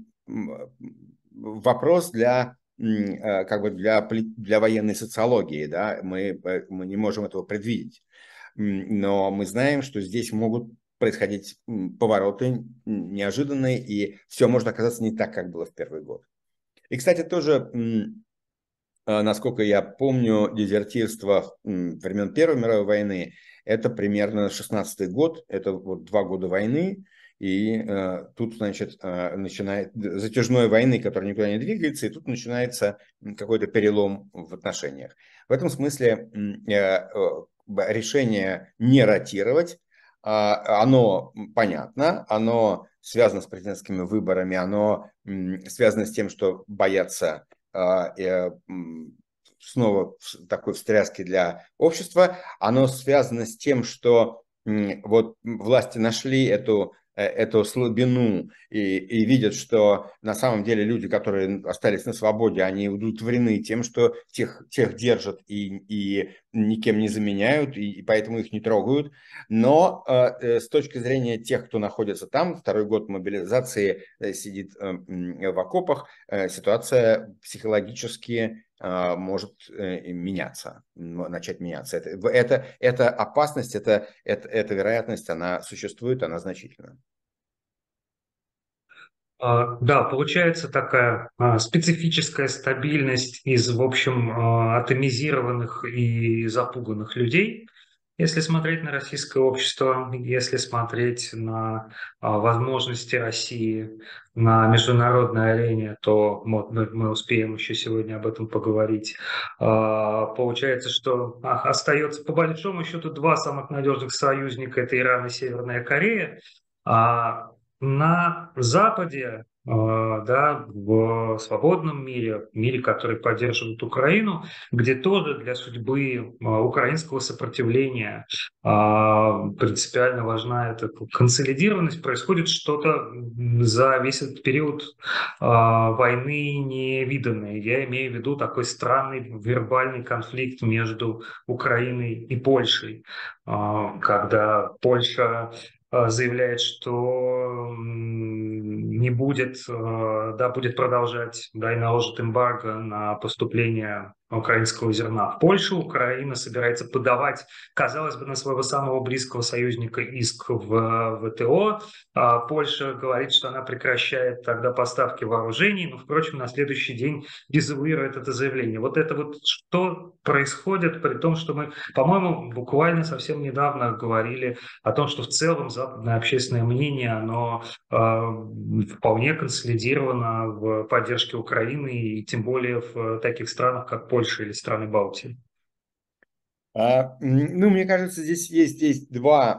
вопрос для как бы для военной социологии, да, мы не можем этого предвидеть. Но мы знаем, что здесь могут происходить повороты неожиданные, и все может оказаться не так, как было в первый год. И, кстати, тоже, насколько я помню, дезертирство времен Первой мировой войны, это примерно 16-й год, это вот 2 года войны, и тут, значит, начинает затяжной войны, которая никуда не двигается, и тут начинается какой-то перелом в отношениях. В этом смысле решение не ротировать, оно понятно, оно связано с президентскими выборами, оно связано с тем, что боятся снова такой встряски для общества, оно связано с тем, что вот власти нашли эту слабину и видят, что на самом деле люди, которые остались на свободе, они удовлетворены тем, что тех держат и никем не заменяют, и поэтому их не трогают. Но с точки зрения тех, кто находится там, второй год мобилизации сидит в окопах, ситуация психологически может меняться, начать меняться. Это опасность, эта вероятность, она существует, она значительна. Да, получается такая специфическая стабильность из, в общем, атомизированных и запуганных людей. Если смотреть на российское общество, если смотреть на возможности России на международной арене, то мы успеем еще сегодня об этом поговорить. Получается, что остается по большому счету 2 самых надежных союзника – это Иран и Северная Корея. На Западе да, в свободном мире, мире, который поддерживает Украину, где тоже для судьбы украинского сопротивления принципиально важна эта консолидированность, происходит что-то за весь этот период войны невиданное. Я имею в виду такой странный вербальный конфликт между Украиной и Польшей, когда Польша заявляет, что не будет, да, будет продолжать, да, и наложит эмбарго на поступление украинского зерна в Польшу. Украина собирается подавать, казалось бы, на своего самого близкого союзника иск в ВТО. Польша говорит, что она прекращает тогда поставки вооружений, но, впрочем, на следующий день дезавуирует это заявление. Вот это вот что происходит, при том, что мы, по-моему, буквально совсем недавно говорили о том, что в целом западное общественное мнение, оно вполне консолидировано в поддержке Украины, и тем более в таких странах, как Польша или страны Балтии. Ну, мне кажется, здесь есть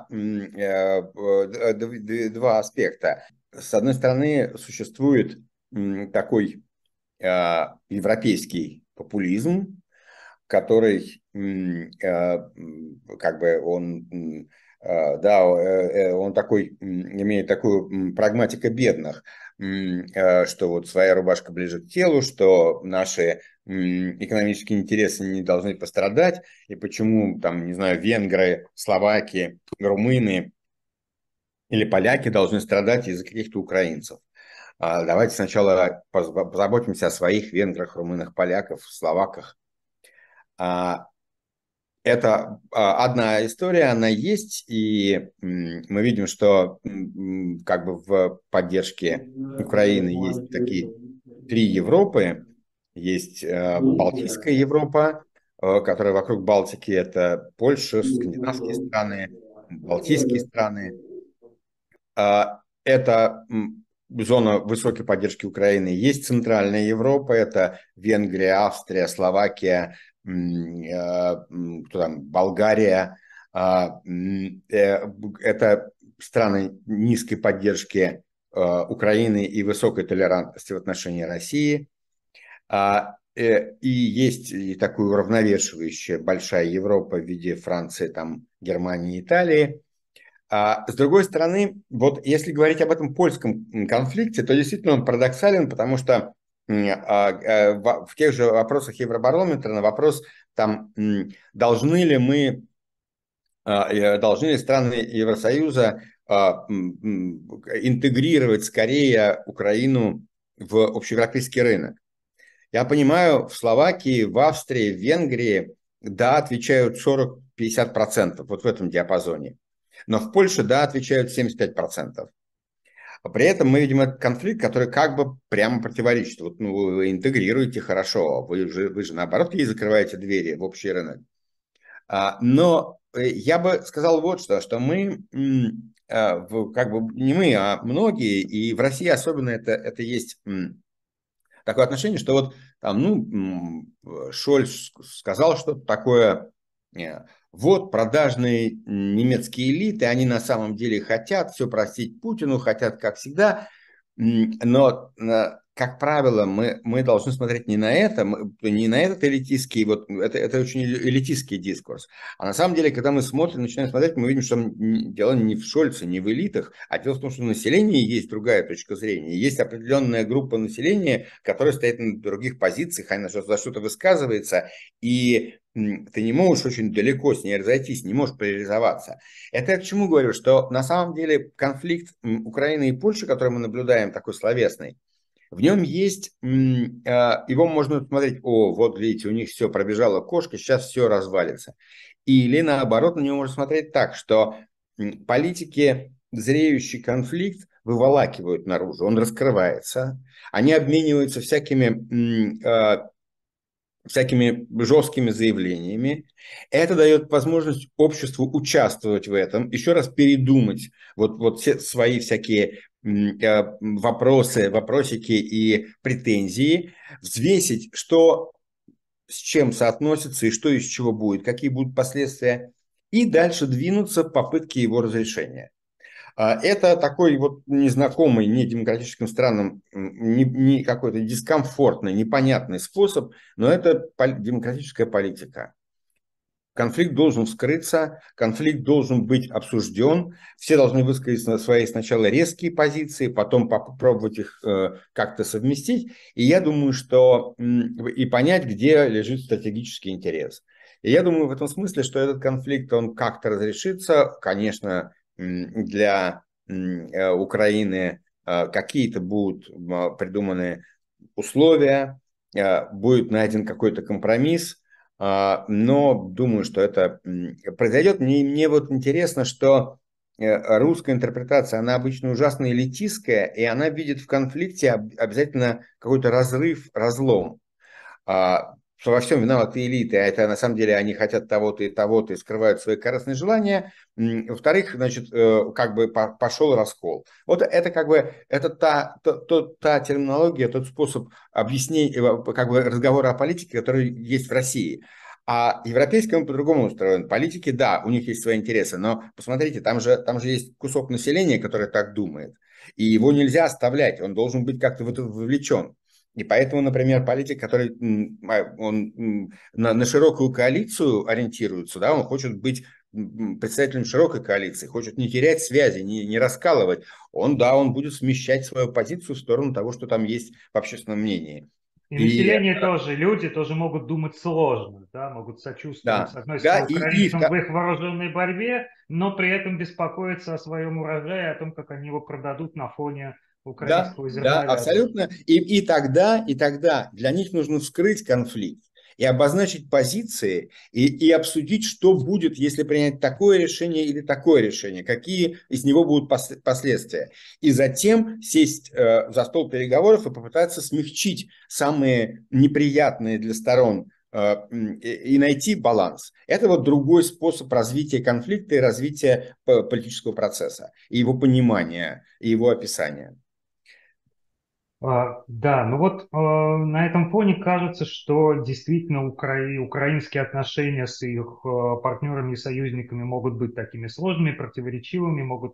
два аспекта. С одной стороны, существует такой европейский популизм, который как бы он, да, он такой, имеет такую прагматика бедных, что вот своя рубашка ближе к телу, что наши экономические интересы не должны пострадать, и почему, там, не знаю, венгры, словаки, румыны или поляки должны страдать из-за каких-то украинцев. Давайте сначала позаботимся о своих венграх, румынах, поляках, словаках. Это одна история, она есть, и мы видим, что как бы в поддержке Украины есть такие три Европы. Есть Балтийская Европа, которая вокруг Балтики, это Польша, скандинавские страны, Балтийские страны. Это зона высокой поддержки Украины. Есть Центральная Европа, это Венгрия, Австрия, Словакия, Болгария. Это страны низкой поддержки Украины и высокой толерантности в отношении России. И есть и такая уравновешивающая большая Европа в виде Франции, там, Германии, Италии. С другой стороны, вот если говорить об этом польском конфликте, то действительно он парадоксален, потому что в тех же вопросах Евробарометра на вопрос, там, должны ли страны Евросоюза интегрировать скорее Украину в общеевропейский рынок. Я понимаю, в Словакии, в Австрии, в Венгрии, да, отвечают 40-50%, вот в этом диапазоне. Но в Польше, да, отвечают 75%. При этом мы видим этот конфликт, который как бы прямо противоречит. Вот, ну, вы интегрируете хорошо, вы же наоборот ей закрываете двери в общий рынок. Но я бы сказал вот что мы, как бы не мы, а многие, и в России особенно это есть такое отношение, что вот там, Шольц сказал что-то такое, вот продажные немецкие элиты, они на самом деле хотят все простить Путину, хотят как всегда, но, как правило, мы должны смотреть не на это, не на этот элитистский, вот это очень элитистский дискурс. А на самом деле, когда мы смотрим, начинаем смотреть, мы видим, что дело не в Шольце, не в элитах, а дело в том, что у населения есть другая точка зрения. Есть определенная группа населения, которая стоит на других позициях, она за что-то высказывается, и ты не можешь очень далеко с ней разойтись, не можешь поляризоваться. Это я к чему говорю, что на самом деле конфликт Украины и Польши, который мы наблюдаем, такой словесный, в нем есть, его можно смотреть, вот видите, у них все, пробежала кошка, сейчас все развалится. Или наоборот, на него можно смотреть так, что политики зреющий конфликт выволакивают наружу, он раскрывается, они обмениваются всякими жесткими заявлениями. Это дает возможность обществу участвовать в этом, еще раз передумать вот все свои всякие вопросики и претензии, взвесить, что с чем соотносится и что из чего будет, какие будут последствия, и дальше двинуться в попытке его разрешения. Это такой вот незнакомый не демократическим странам, не какой-то дискомфортный, непонятный способ, но это демократическая политика. Конфликт должен вскрыться, конфликт должен быть обсужден, все должны высказать свои сначала резкие позиции, потом попробовать их как-то совместить, и я думаю, что и понять, где лежит стратегический интерес. И я думаю в этом смысле, что этот конфликт, он как-то разрешится, конечно, для Украины какие-то будут придуманы условия, будет найден какой-то компромисс, но думаю, что это произойдет. Мне вот интересно, что русская интерпретация, она обычно ужасно элитистская, и она видит в конфликте обязательно какой-то разрыв, разлом. Что во всем виноваты элиты, а это на самом деле они хотят того-то и скрывают свои корыстные желания. Во-вторых, значит, как бы пошел раскол. Вот это как бы это та терминология, тот способ объяснения, как бы разговора о политике, который есть в России. А европейский он по-другому устроен. Политики, да, у них есть свои интересы, но посмотрите, там же есть кусок населения, который так думает. И его нельзя оставлять, он должен быть как-то в это вовлечен. И поэтому, например, политик, который он на широкую коалицию ориентируется, да, он хочет быть представителем широкой коалиции, хочет не терять связи, не раскалывать, он будет смещать свою позицию в сторону того, что там есть в общественном мнении. И И население тоже, люди тоже могут думать сложно, да, могут сочувствовать, с да, одной да, стороны, украинцам в их вооруженной борьбе, но при этом беспокоиться о своем урожае, о том, как они его продадут на фоне да, украинского да, зерна рядом. абсолютно. И тогда для них нужно вскрыть конфликт и обозначить позиции, и обсудить, что будет, если принять такое решение или такое решение, какие из него будут последствия. И затем сесть за стол переговоров и попытаться смягчить самые неприятные для сторон и найти баланс. Это вот другой способ развития конфликта и развития политического процесса, и его понимания, и его описания. Да, ну вот на этом фоне кажется, что действительно украинские отношения с их партнерами и союзниками могут быть такими сложными, противоречивыми, могут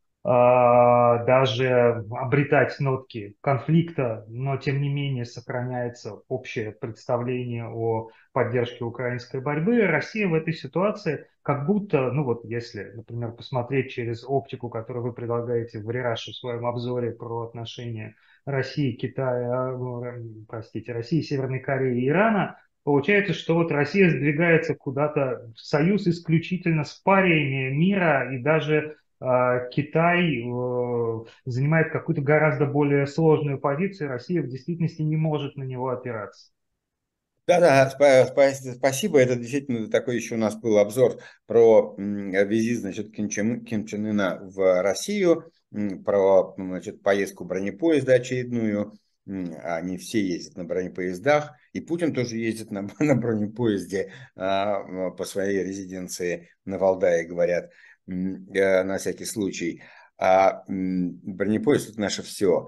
даже обретать нотки конфликта, но тем не менее сохраняется общее представление о поддержке украинской борьбы. Россия в этой ситуации как будто, ну вот если, например, посмотреть через оптику, которую вы предлагаете в Рераше в своем обзоре про отношения России, Китая, простите, России, Северной Кореи и Ирана, получается, что вот Россия сдвигается куда-то в союз исключительно с париями мира, и даже Китай занимает какую-то гораздо более сложную позицию, и Россия в действительности не может на него опираться. Да-да, спасибо. Это действительно такой еще у нас был обзор про визит, значит, Ким Чен Ына в Россию, про, значит, поездку бронепоезда очередную. Они все ездят на бронепоездах, и Путин тоже ездит на бронепоезде по своей резиденции на Валдае, говорят, на всякий случай. Бронепоезд – это наше все.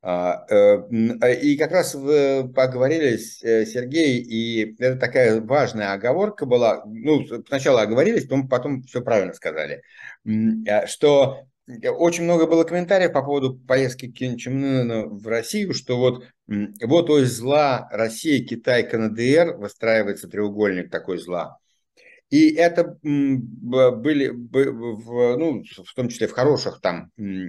И как раз вы поговорились, Сергей, и это такая важная оговорка была. Ну, сначала оговорились, потом все правильно сказали. Что очень много было комментариев по поводу поездки Ким Чен Ына в Россию, что вот ось зла Россия, Китай, КНДР, выстраивается треугольник такой зла. И это были, ну, в том числе в хороших там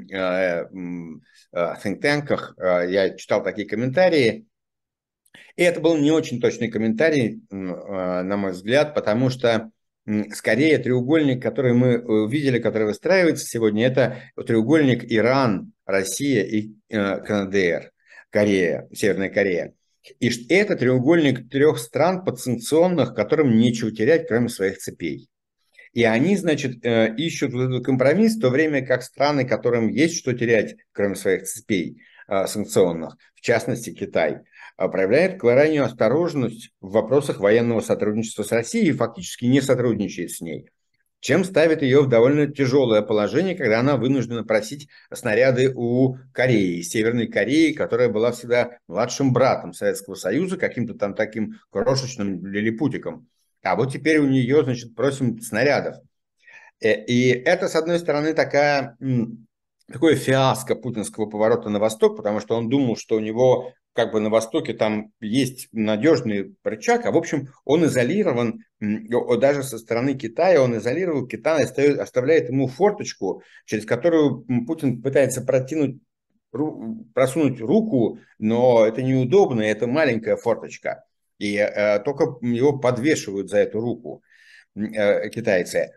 think-танках, я читал такие комментарии. И это был не очень точный комментарий, на мой взгляд, потому что скорее треугольник, который мы увидели, который выстраивается сегодня, это треугольник Иран, Россия и КНДР, Корея, Северная Корея. И это треугольник трех стран подсанкционных, которым нечего терять, кроме своих цепей. И они, значит, ищут компромисс, в то время как страны, которым есть что терять, кроме своих цепей санкционных, в частности Китай, проявляет крайнюю осторожность в вопросах военного сотрудничества с Россией и фактически не сотрудничает с ней, чем ставит ее в довольно тяжелое положение, когда она вынуждена просить снаряды у Кореи, Северной Кореи, которая была всегда младшим братом Советского Союза, каким-то там таким крошечным лилипутиком. А вот теперь у нее, значит, просим снарядов. И это, с одной стороны, такое фиаско путинского поворота на восток, потому что он думал, что у него как бы на востоке там есть надежный рычаг, а в общем он изолирован, даже со стороны Китая он изолировал, Китай оставляет ему форточку, через которую Путин пытается просунуть руку, но это неудобно, это маленькая форточка, и только его подвешивают за эту руку китайцы.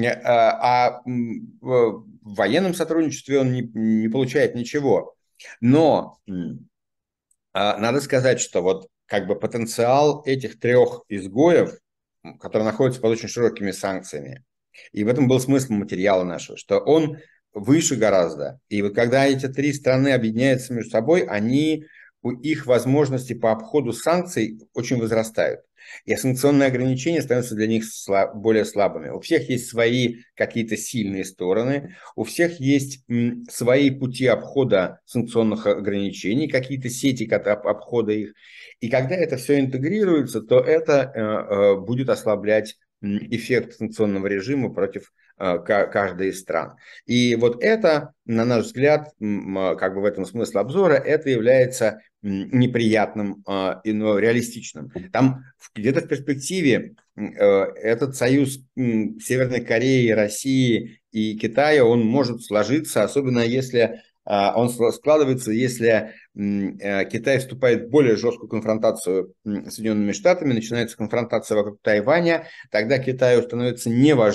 В военном сотрудничестве он не получает ничего. Но надо сказать, что вот как бы потенциал этих трех изгоев, которые находятся под очень широкими санкциями, и в этом был смысл материала нашего, что он выше гораздо. И вот когда эти три страны объединяются между собой, их возможности по обходу санкций очень возрастают. И санкционные ограничения становятся для них более слабыми. У всех есть свои какие-то сильные стороны, у всех есть свои пути обхода санкционных ограничений, какие-то сети обхода их. И когда это все интегрируется, то это будет ослаблять эффект санкционного режима против каждой из стран. И вот это, на наш взгляд, как бы в этом смысл обзора, это является неприятным, но реалистичным. Там где-то в перспективе этот союз Северной Кореи, России и Китая, он может сложиться, особенно если он складывается, если Китай вступает в более жесткую конфронтацию с Соединенными Штатами, начинается конфронтация вокруг Тайваня, тогда Китаю становится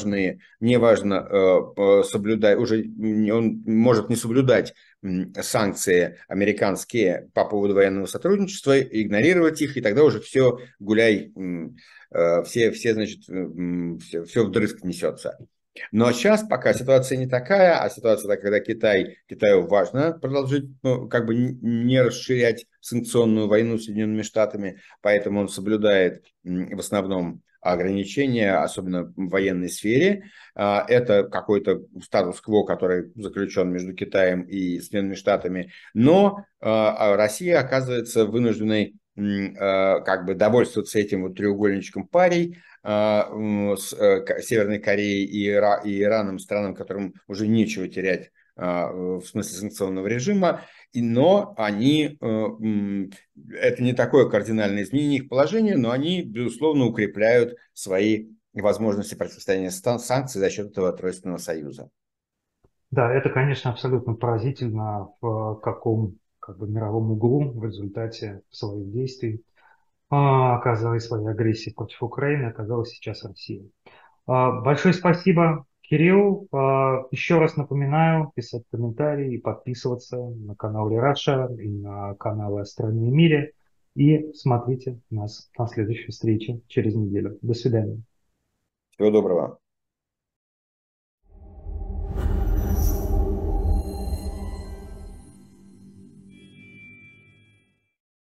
неважно соблюдать, уже он может не соблюдать санкции американские по поводу военного сотрудничества, игнорировать их, и тогда уже все гуляй, значит, все вдрызг несется. Но сейчас пока ситуация не такая, а ситуация такая, когда Китаю важно продолжить, как бы не расширять санкционную войну с Соединенными Штатами, поэтому он соблюдает в основном ограничения, особенно в военной сфере. Это какой-то статус-кво, который заключен между Китаем и Соединенными Штатами. Но Россия оказывается вынужденной как бы довольствоваться этим вот треугольничком парей с Северной Кореей и Ираном, странам, которым уже нечего терять в смысле санкционного режима, но это не такое кардинальное изменение их положения, но они, безусловно, укрепляют свои возможности противостояния санкций за счет этого тройственного союза. Да, это, конечно, абсолютно поразительно, в каком как бы мировом углу в результате своих действий оказалась своей агрессии против Украины, оказалась сейчас Россия. Большое спасибо, Кирилл. Еще раз напоминаю, писать комментарии и подписываться на канал Раша и на каналы о стране и мире. И смотрите нас на следующей встрече через неделю. До свидания. Всего доброго.